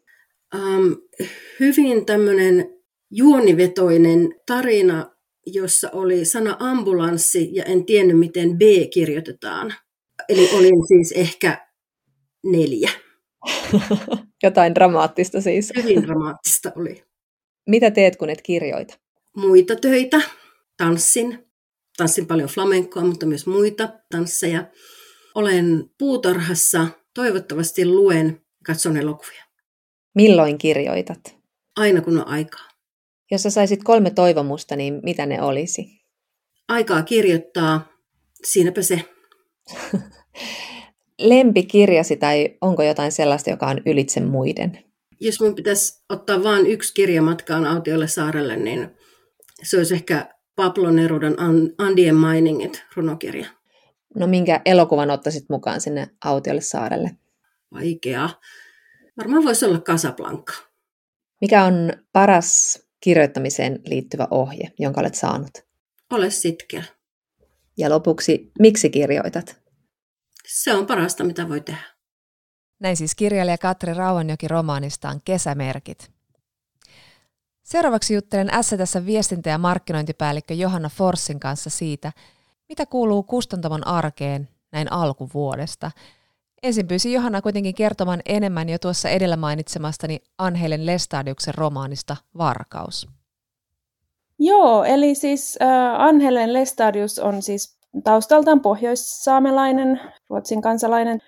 Hyvin tämmöinen juonivetoinen tarina, jossa oli sana ambulanssi ja en tiennyt, miten B kirjoitetaan. Eli olin siis ehkä 4. Jotain dramaattista siis. Hyvin dramaattista oli. Mitä teet, kun et kirjoita? Muita töitä. Tanssin paljon flamenkoa, mutta myös muita tansseja. Olen puutarhassa, toivottavasti luen, katson elokuvia. Milloin kirjoitat? Aina kun on aikaa. Jos sä saisit 3 toivomusta, niin mitä ne olisi? Aikaa kirjoittaa, siinäpä se. Lempikirjasi tai onko jotain sellaista, joka on ylitse muiden? Jos mun pitäisi ottaa vain yksi kirja matkaan Autiolle saarelle, niin se olisi ehkä Pablo Nerudan Andien mainingit runokirja. No minkä elokuvan ottaisit mukaan sinne Autiolle saarelle? Vaikea. Varmaan voisi olla Casablanca. Mikä on paras kirjoittamiseen liittyvä ohje, jonka olet saanut? Ole sitkeä. Ja lopuksi, miksi kirjoitat? Se on parasta, mitä voi tehdä. Näin siis kirjailija Katri Rauhanjoki romaanistaan Kesämerkit. Seuraavaksi juttelen tässä viestintä- ja markkinointipäällikkö Johanna Forssin kanssa siitä, mitä kuuluu kustantamon arkeen näin alkuvuodesta. Ensin pyysin Johanna kuitenkin kertomaan enemmän jo tuossa edellä mainitsemastani Anhelen Lestadiuksen romaanista Varkaus. Joo, eli siis Anhelen Lestadius on siis taustaltaan pohjoissaamelainen, Ruotsin kansalainen.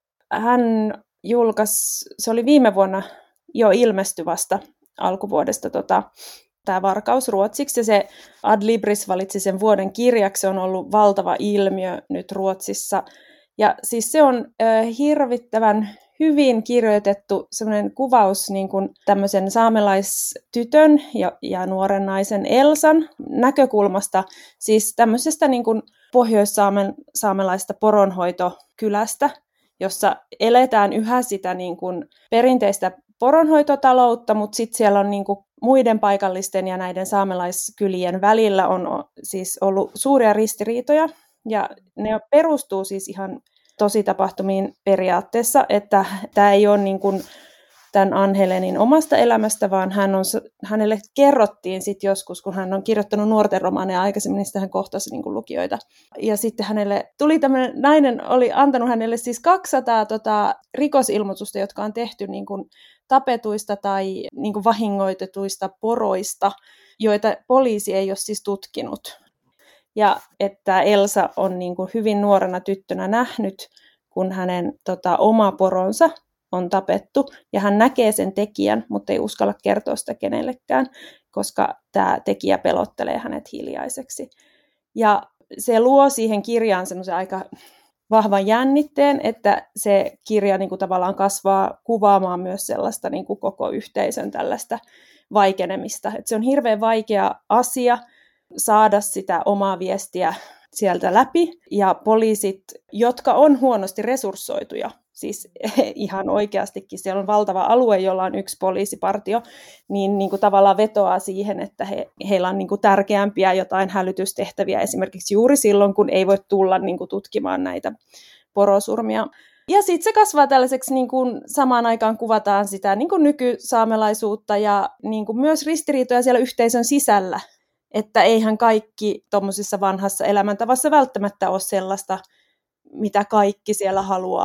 Hän julkaisi, se oli viime vuonna jo ilmesty vasta alkuvuodesta tämä Varkaus ruotsiksi, ja se Adlibris valitsi sen vuoden kirjaksi. Se on ollut valtava ilmiö nyt Ruotsissa. Ja siis se on hirvittävän hyvin kirjoitettu semmoinen kuvaus niin kuin tämmöisen saamelaistytön ja nuoren naisen Elsan näkökulmasta, siis tämmöisestä niin kuin pohjoissaamelaista poronhoitokylästä, jossa eletään yhä sitä niin kuin perinteistä poronhoitotaloutta, mutta sitten siellä on niin kuin muiden paikallisten ja näiden saamelaiskylien välillä on siis ollut suuria ristiriitoja, ja ne perustuu siis ihan tositapahtumiin periaatteessa, että tämä ei ole niin kuin tämän Anhelenin omasta elämästä, vaan hänelle kerrottiin sitten joskus, kun hän on kirjoittanut nuorten romaaneja aikaisemmin, niin sitten hän kohtasi niin kuin lukijoita. Ja sitten hänelle tuli tämmöinen, nainen oli antanut hänelle siis 200 rikosilmoitusta, jotka on tehty niin kuin tapetuista tai niin kuin vahingoitetuista poroista, joita poliisi ei ole siis tutkinut. Ja että Elsa on niin kuin hyvin nuorena tyttönä nähnyt, kun hänen oma poronsa on tapettu, ja hän näkee sen tekijän, mutta ei uskalla kertoa sitä kenellekään, koska tämä tekijä pelottelee hänet hiljaiseksi. Ja se luo siihen kirjaan semmoisen aika vahvan jännitteen, että se kirja niin kuin tavallaan kasvaa kuvaamaan myös sellaista niin kuin koko yhteisön tällaista vaikenemista. Että se on hirveän vaikea asia saada sitä omaa viestiä sieltä läpi, ja poliisit, jotka on huonosti resurssoituja, siis ihan oikeastikin siellä on valtava alue, jolla on yksi poliisipartio, niin kuin tavallaan vetoaa siihen, että heillä on niin kuin tärkeämpiä jotain hälytystehtäviä esimerkiksi juuri silloin, kun ei voi tulla niin kuin tutkimaan näitä porosurmia. Ja sitten se kasvaa tällaiseksi, niin kuin samaan aikaan kuvataan sitä niin kuin nykysaamelaisuutta ja niin kuin myös ristiriitoja siellä yhteisön sisällä, että eihän kaikki tuommoisessa vanhassa elämäntavassa välttämättä ole sellaista, mitä kaikki siellä haluaa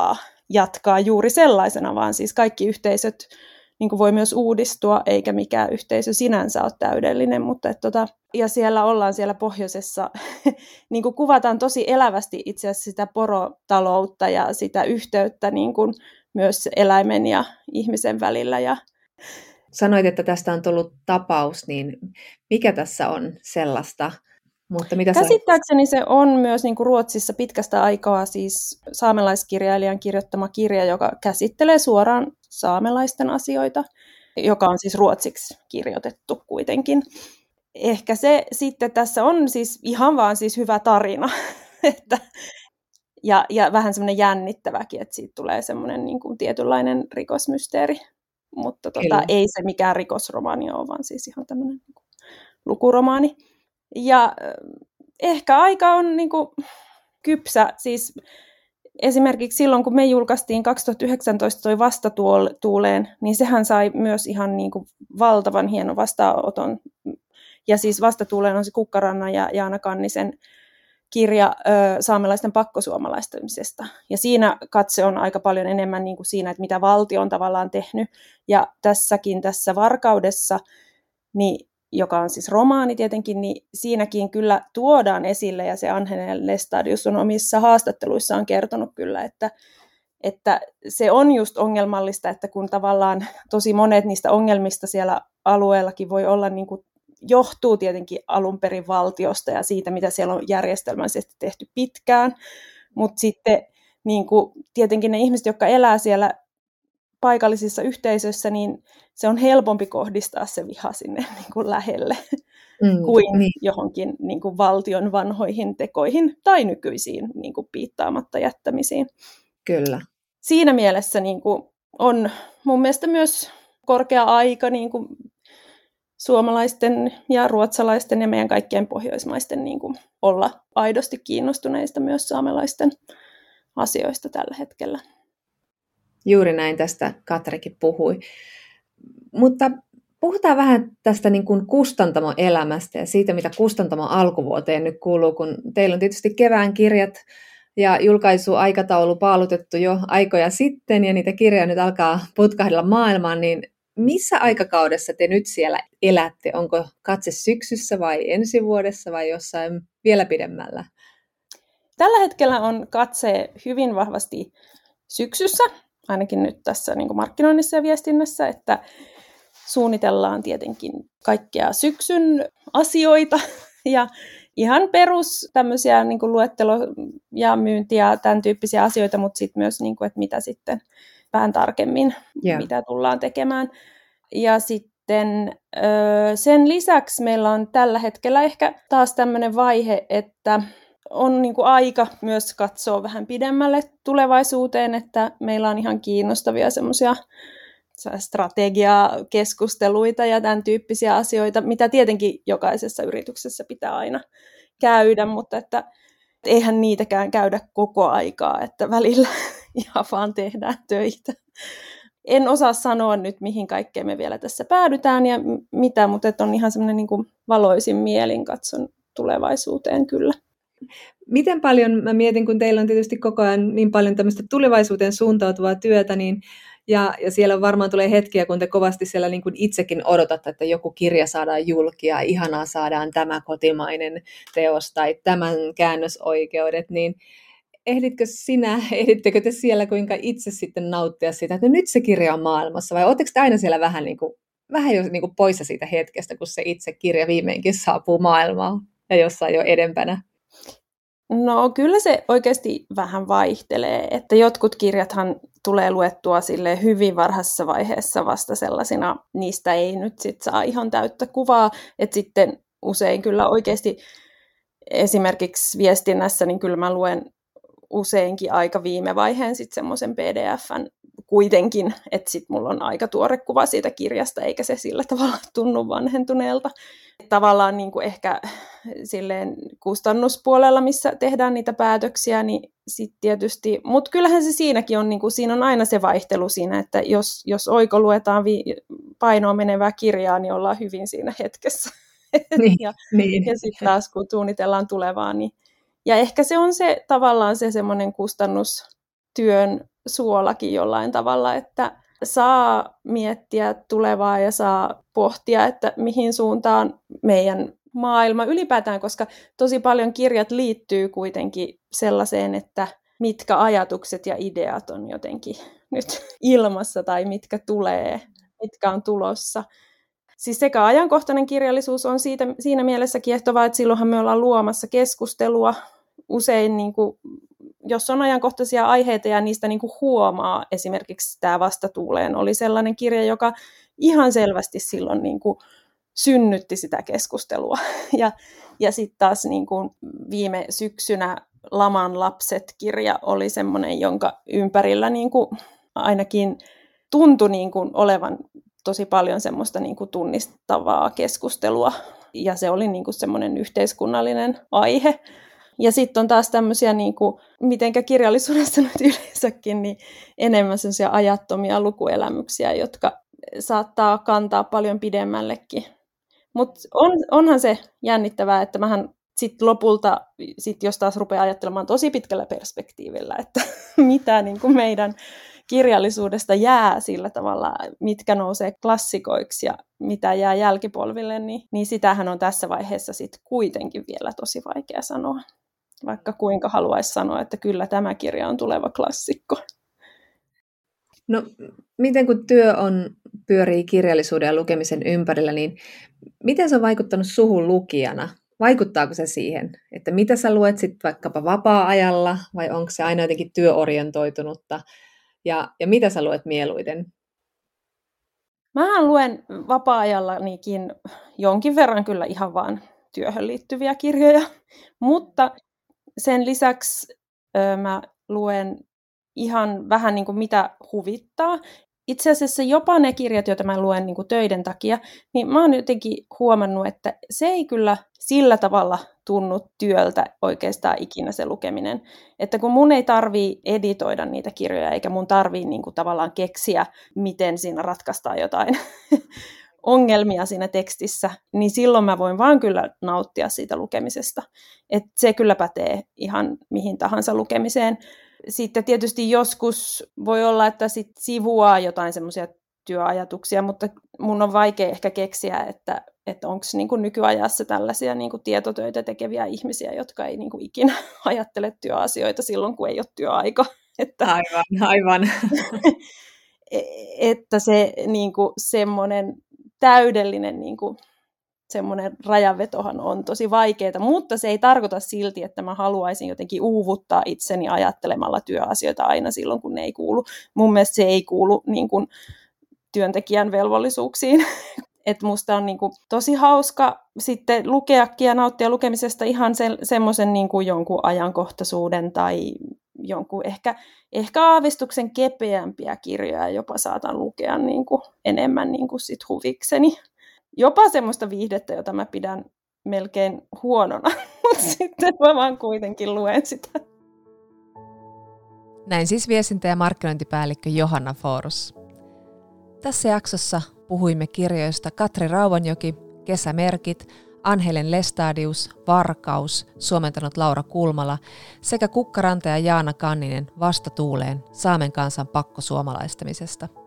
jatkaa juuri sellaisena, vaan siis kaikki yhteisöt niin kuin voi myös uudistua, eikä mikään yhteisö sinänsä ole täydellinen, mutta ja siellä ollaan siellä pohjoisessa, niin kuin kuvataan tosi elävästi itse asiassa sitä porotaloutta ja sitä yhteyttä niin kuin myös eläimen ja ihmisen välillä. Ja sanoit, että tästä on tullut tapaus, niin mikä tässä on sellaista? Mutta mitä käsittääkseni se on myös niin kuin Ruotsissa pitkästä aikaa siis saamelaiskirjailijan kirjoittama kirja, joka käsittelee suoraan saamelaisten asioita, joka on siis ruotsiksi kirjoitettu kuitenkin. Ehkä se sitten tässä on siis ihan vaan siis hyvä tarina, ja vähän semmoinen jännittäväkin, että siitä tulee semmoinen niin kuin tietynlainen rikosmysteeri, mutta ei se mikään rikosromaani ole, vaan siis ihan tämmöinen niin kuin lukuromaani. Ja ehkä aika on niin kuin kypsä, siis esimerkiksi silloin, kun me julkaistiin 2019 toi Vastatuuleen, niin sehän sai myös ihan niin kuin valtavan hienon vastaanoton. Ja siis Vastatuuleen on se Kukkarannan ja Jaana Kannisen kirja saamelaisten pakkosuomalaistamisesta. Ja siinä katse on aika paljon enemmän niin kuin siinä, että mitä valtio on tavallaan tehnyt. Ja tässä Varkaudessa, niin joka on siis romaani tietenkin, niin siinäkin kyllä tuodaan esille, ja se Anhelen Lestadius on omissa haastatteluissaan kertonut kyllä, että se on just ongelmallista, että kun tavallaan tosi monet niistä ongelmista siellä alueellakin voi olla, niin kuin, johtuu tietenkin alun perin valtiosta ja siitä, mitä siellä on järjestelmällisesti tehty pitkään, mutta sitten niin kuin, tietenkin ne ihmiset, jotka elää siellä paikallisissa yhteisöissä, niin se on helpompi kohdistaa se viha sinne niin kuin lähelle kuin johonkin niin kuin valtion vanhoihin tekoihin tai nykyisiin niin kuin piittaamatta jättämisiin. Kyllä. Siinä mielessä niin kuin on mun mielestä myös korkea aika niin kuin suomalaisten ja ruotsalaisten ja meidän kaikkien pohjoismaisten niin kuin olla aidosti kiinnostuneista myös saamelaisten asioista tällä hetkellä. Juuri näin tästä Katrikin puhui. Mutta puhutaan vähän tästä niin kuin kustantamon elämästä ja siitä, mitä kustantamon alkuvuoteen nyt kuuluu, kun teillä on tietysti kevään kirjat ja julkaisuaikataulu paalutettu jo aikoja sitten ja niitä kirjoja nyt alkaa putkahdella maailmaan, niin missä aikakaudessa te nyt siellä elätte? Onko katse syksyssä vai ensi vuodessa vai jossain vielä pidemmällä? Tällä hetkellä on katse hyvin vahvasti syksyssä, ainakin nyt tässä niin kuin markkinoinnissa ja viestinnässä, että suunnitellaan tietenkin kaikkea syksyn asioita ja ihan perus tämmöisiä niin kuin luettelo- ja myynti- ja tämän tyyppisiä asioita, mutta sitten myös, niin kuin, että mitä sitten vähän tarkemmin, mitä tullaan tekemään. Ja sitten sen lisäksi meillä on tällä hetkellä ehkä taas tämmöinen vaihe, että on niin kuin aika myös katsoa vähän pidemmälle tulevaisuuteen, että meillä on ihan kiinnostavia semmoisia strategiakeskusteluita ja tämän tyyppisiä asioita, mitä tietenkin jokaisessa yrityksessä pitää aina käydä, mutta että eihän niitäkään käydä koko aikaa, että välillä ihan vaan tehdään töitä. En osaa sanoa nyt, mihin kaikkeen me vielä tässä päädytään ja mitä, mutta että on ihan semmoinen niin kuin valoisin mielin katson tulevaisuuteen kyllä. Miten paljon, mä mietin, kun teillä on tietysti koko ajan niin paljon tämmöistä tulevaisuuteen suuntautuvaa työtä, niin ja siellä varmaan tulee hetkiä, kun te kovasti siellä niin kuin itsekin odotatte, että joku kirja saadaan julki ja ihanaa saadaan tämä kotimainen teos tai tämän käännösoikeudet, niin ehdittekö te siellä kuinka itse sitten nauttia siitä, että nyt se kirja on maailmassa vai oletteko te aina siellä vähän jo niin kuin poissa siitä hetkestä, kun se itse kirja viimeinkin saapuu maailmaan ja jossain jo edempänä? No kyllä se oikeasti vähän vaihtelee, että jotkut kirjathan tulee luettua sille hyvin varhaisessa vaiheessa vasta sellaisina, niistä ei nyt sit saa ihan täyttä kuvaa, että sitten usein kyllä oikeasti esimerkiksi viestinnässä, niin kyllä mä luen useinkin aika viime vaiheen sitten semmoisen pdf:n kuitenkin, että sitten mulla on aika tuore kuva siitä kirjasta, eikä se sillä tavalla tunnu vanhentuneelta. Tavallaan niin kuin ehkä silleen kustannuspuolella, missä tehdään niitä päätöksiä, niin sitten tietysti, mutta kyllähän se siinäkin on, niin kuin, siinä on aina se vaihtelu siinä, että jos oiko luetaan painoon menevää kirjaa, niin ollaan hyvin siinä hetkessä. ja sitten taas kun suunnitellaan tulevaa, niin ja ehkä se on se tavallaan se semmoinen kustannustyön suolakin jollain tavalla, että saa miettiä tulevaa ja saa pohtia, että mihin suuntaan meidän maailma ylipäätään, koska tosi paljon kirjat liittyy kuitenkin sellaiseen, että mitkä ajatukset ja ideat on jotenkin nyt ilmassa tai mitkä tulee, mitkä on tulossa. Siis sekä ajankohtainen kirjallisuus on siinä mielessä kiehtovaa, että silloinhan me ollaan luomassa keskustelua. Usein, niin kuin, jos on ajankohtaisia aiheita ja niistä niin kuin huomaa, esimerkiksi tämä Vastatuuleen oli sellainen kirja, joka ihan selvästi silloin niin kuin synnytti sitä keskustelua. Ja sitten taas niin kuin viime syksynä Laman lapset-kirja oli semmoinen, jonka ympärillä niin kuin ainakin tuntui niin kuin olevan tosi paljon semmoista niin kuin tunnistavaa keskustelua. Ja se oli niin kuin semmoinen yhteiskunnallinen aihe. Ja sitten on taas tämmöisiä, niin kuin, mitenkä kirjallisuudessa nyt yleensäkin, niin enemmän semmoisia ajattomia lukuelämyksiä, jotka saattaa kantaa paljon pidemmällekin. Mutta onhan se jännittävää, että mähän sitten lopulta, jos taas rupeaa ajattelemaan tosi pitkällä perspektiivillä, että mitä niin kuin meidän kirjallisuudesta jää sillä tavalla, mitkä nousee klassikoiksi ja mitä jää jälkipolville, niin sitähän on tässä vaiheessa sitten kuitenkin vielä tosi vaikea sanoa. Vaikka kuinka haluaisi sanoa, että kyllä tämä kirja on tuleva klassikko. No, miten kun pyörii kirjallisuuden ja lukemisen ympärillä, niin miten se on vaikuttanut suhun lukijana? Vaikuttaako se siihen, että mitä sä luet sitten vaikkapa vapaa-ajalla, vai onko se aina jotenkin työorientoitunutta? Ja mitä sä luet mieluiten? Mähän luen vapaa-ajallanikin jonkin verran kyllä ihan vaan työhön liittyviä kirjoja, mutta sen lisäksi mä luen ihan vähän niin kuin mitä huvittaa. Itse asiassa jopa ne kirjat, joita mä luen niin kuin töiden takia, niin mä oon jotenkin huomannut, että se ei kyllä sillä tavalla tunnu työltä oikeastaan ikinä se lukeminen. Että kun mun ei tarvii editoida niitä kirjoja, eikä mun tarvii niin kuin tavallaan keksiä, miten siinä ratkaistaan jotain ongelmia siinä tekstissä, niin silloin mä voin vaan kyllä nauttia siitä lukemisesta. Että se kyllä pätee ihan mihin tahansa lukemiseen. Sitten tietysti joskus voi olla, että sit sivuaa jotain semmoisia työajatuksia, mutta mun on vaikea ehkä keksiä, että onko niinku nykyajassa tällaisia niinku tietotöitä tekeviä ihmisiä, jotka ei niinku ikinä ajattele työasioita silloin, kun ei ole työaika. Että, aivan. että se niinku semmoinen täydellinen niinku semmoinen rajanvetohan on tosi vaikeaa, mutta se ei tarkoita silti, että mä haluaisin jotenkin uuvuttaa itseni ajattelemalla työasioita aina silloin, kun ne ei kuulu. Mun mielestä se ei kuulu niin kuin työntekijän velvollisuuksiin. Että musta on niin kuin tosi hauska sitten lukeakin ja nauttia lukemisesta ihan semmoisen niin kuin jonkun ajankohtaisuuden tai jonkun ehkä aavistuksen kepeämpiä kirjoja jopa saatan lukea niin kuin enemmän niin kuin sit huvikseni. Jopa semmoista viihdettä, jota mä pidän melkein huonona, mutta sitten mä vaan kuitenkin luen sitä. Näin siis viestintä- ja markkinointipäällikkö Johanna Forss. Tässä jaksossa puhuimme kirjoista Katri Rauvanjoki, Kesämerkit, Anhelen Lestadius, Varkaus, suomentanut Laura Kulmala sekä Kukka Ranta ja Jaana Kanninen Vastatuuleen Saamen kansan pakkosuomalaistamisesta.